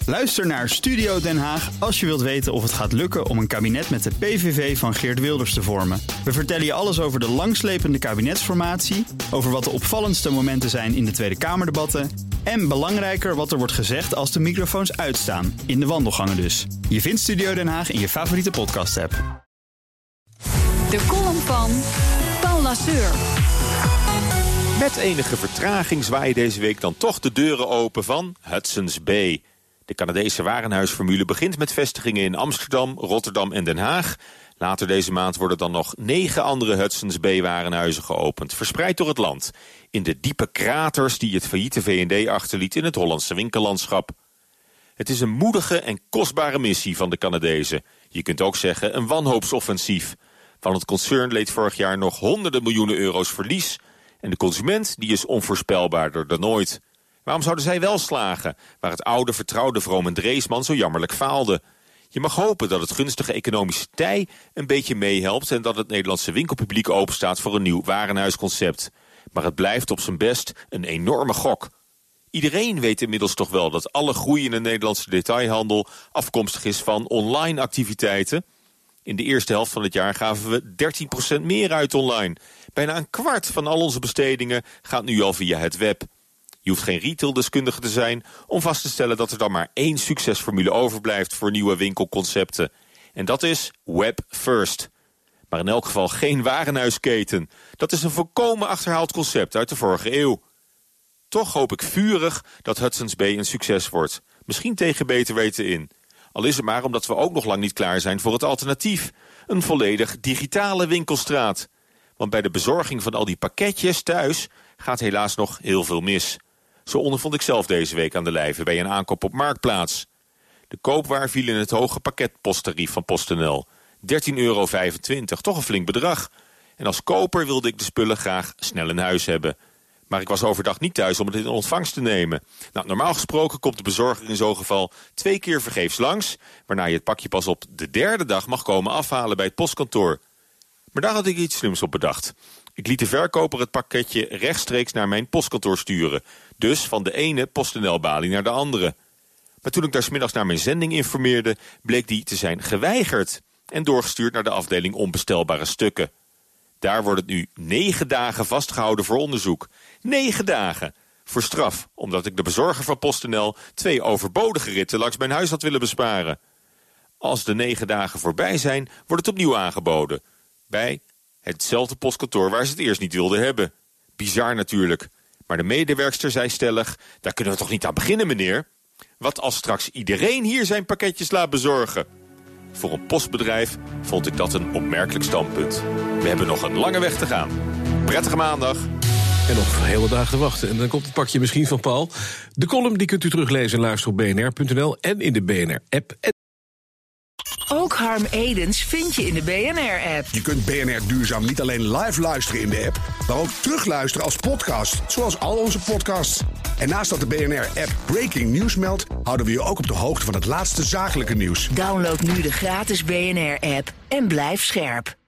Luister naar Studio Den Haag als je wilt weten of het gaat lukken om een kabinet met de PVV van Geert Wilders te vormen. We vertellen je alles over de langslepende kabinetsformatie, over wat de opvallendste momenten zijn in de Tweede Kamerdebatten en belangrijker wat er wordt gezegd als de microfoons uitstaan, in de wandelgangen dus. Je vindt Studio Den Haag in je favoriete podcast-app. De column van Paul Lasseur. Met enige vertraging zwaaien deze week dan toch de deuren open van Hudson's Bay. De Canadese warenhuisformule begint met vestigingen in Amsterdam, Rotterdam en Den Haag. Later deze maand worden dan nog 9 andere Hudson's Bay warenhuizen geopend, verspreid door het land. In de diepe kraters die het failliete V&D achterliet in het Hollandse winkellandschap. Het is een moedige en kostbare missie van de Canadezen. Je kunt ook zeggen een wanhoopsoffensief. Van het concern leed vorig jaar nog honderden miljoenen euro's verlies. En de consument die is onvoorspelbaarder dan ooit. Waarom zouden zij wel slagen, waar het oude vertrouwde Vroom & Dreesman zo jammerlijk faalde? Je mag hopen dat het gunstige economische tij een beetje meehelpt en dat het Nederlandse winkelpubliek openstaat voor een nieuw warenhuisconcept. Maar het blijft op zijn best een enorme gok. Iedereen weet inmiddels toch wel dat alle groei in de Nederlandse detailhandel afkomstig is van online activiteiten. In de eerste helft van het jaar gaven we 13% meer uit online. Bijna een kwart van al onze bestedingen gaat nu al via het web. Je hoeft geen retaildeskundige te zijn om vast te stellen dat er dan maar 1 succesformule overblijft voor nieuwe winkelconcepten. En dat is web first. Maar in elk geval geen warenhuisketen. Dat is een volkomen achterhaald concept uit de vorige eeuw. Toch hoop ik vurig dat Hudson's Bay een succes wordt. Misschien tegen beter weten in. Al is het maar omdat we ook nog lang niet klaar zijn voor het alternatief. Een volledig digitale winkelstraat. Want bij de bezorging van al die pakketjes thuis gaat helaas nog heel veel mis. Zo ondervond ik zelf deze week aan de lijve bij een aankoop op Marktplaats. De koopwaar viel in het hoge pakketposttarief van PostNL. €13,25, toch een flink bedrag. En als koper wilde ik de spullen graag snel in huis hebben. Maar ik was overdag niet thuis om het in ontvangst te nemen. Nou, normaal gesproken komt de bezorger in zo'n geval 2 keer vergeefs langs, waarna je het pakje pas op de 3e dag mag komen afhalen bij het postkantoor. Maar daar had ik iets slims op bedacht. Ik liet de verkoper het pakketje rechtstreeks naar mijn postkantoor sturen. Dus van de ene PostNL-balie naar de andere. Maar toen ik daar 's middags naar mijn zending informeerde, bleek die te zijn geweigerd en doorgestuurd naar de afdeling onbestelbare stukken. Daar wordt het nu 9 dagen vastgehouden voor onderzoek. 9 dagen! Voor straf, omdat ik de bezorger van PostNL 2 overbodige ritten langs mijn huis had willen besparen. Als de 9 dagen voorbij zijn, wordt het opnieuw aangeboden. Bij hetzelfde postkantoor waar ze het eerst niet wilden hebben. Bizar natuurlijk. Maar de medewerkster zei stellig, daar kunnen we toch niet aan beginnen, meneer? Wat als straks iedereen hier zijn pakketjes laat bezorgen? Voor een postbedrijf vond ik dat een opmerkelijk standpunt. We hebben nog een lange weg te gaan. Prettige maandag. En nog hele dagen te wachten. En dan komt het pakje misschien van Paul. De column die kunt u teruglezen en luisteren op bnr.nl en in de BNR-app. Ook Harm Edens vind je in de BNR-app. Je kunt BNR Duurzaam niet alleen live luisteren in de app, maar ook terugluisteren als podcast, zoals al onze podcasts. En naast dat de BNR-app Breaking News meldt, houden we je ook op de hoogte van het laatste zakelijke nieuws. Download nu de gratis BNR-app en blijf scherp.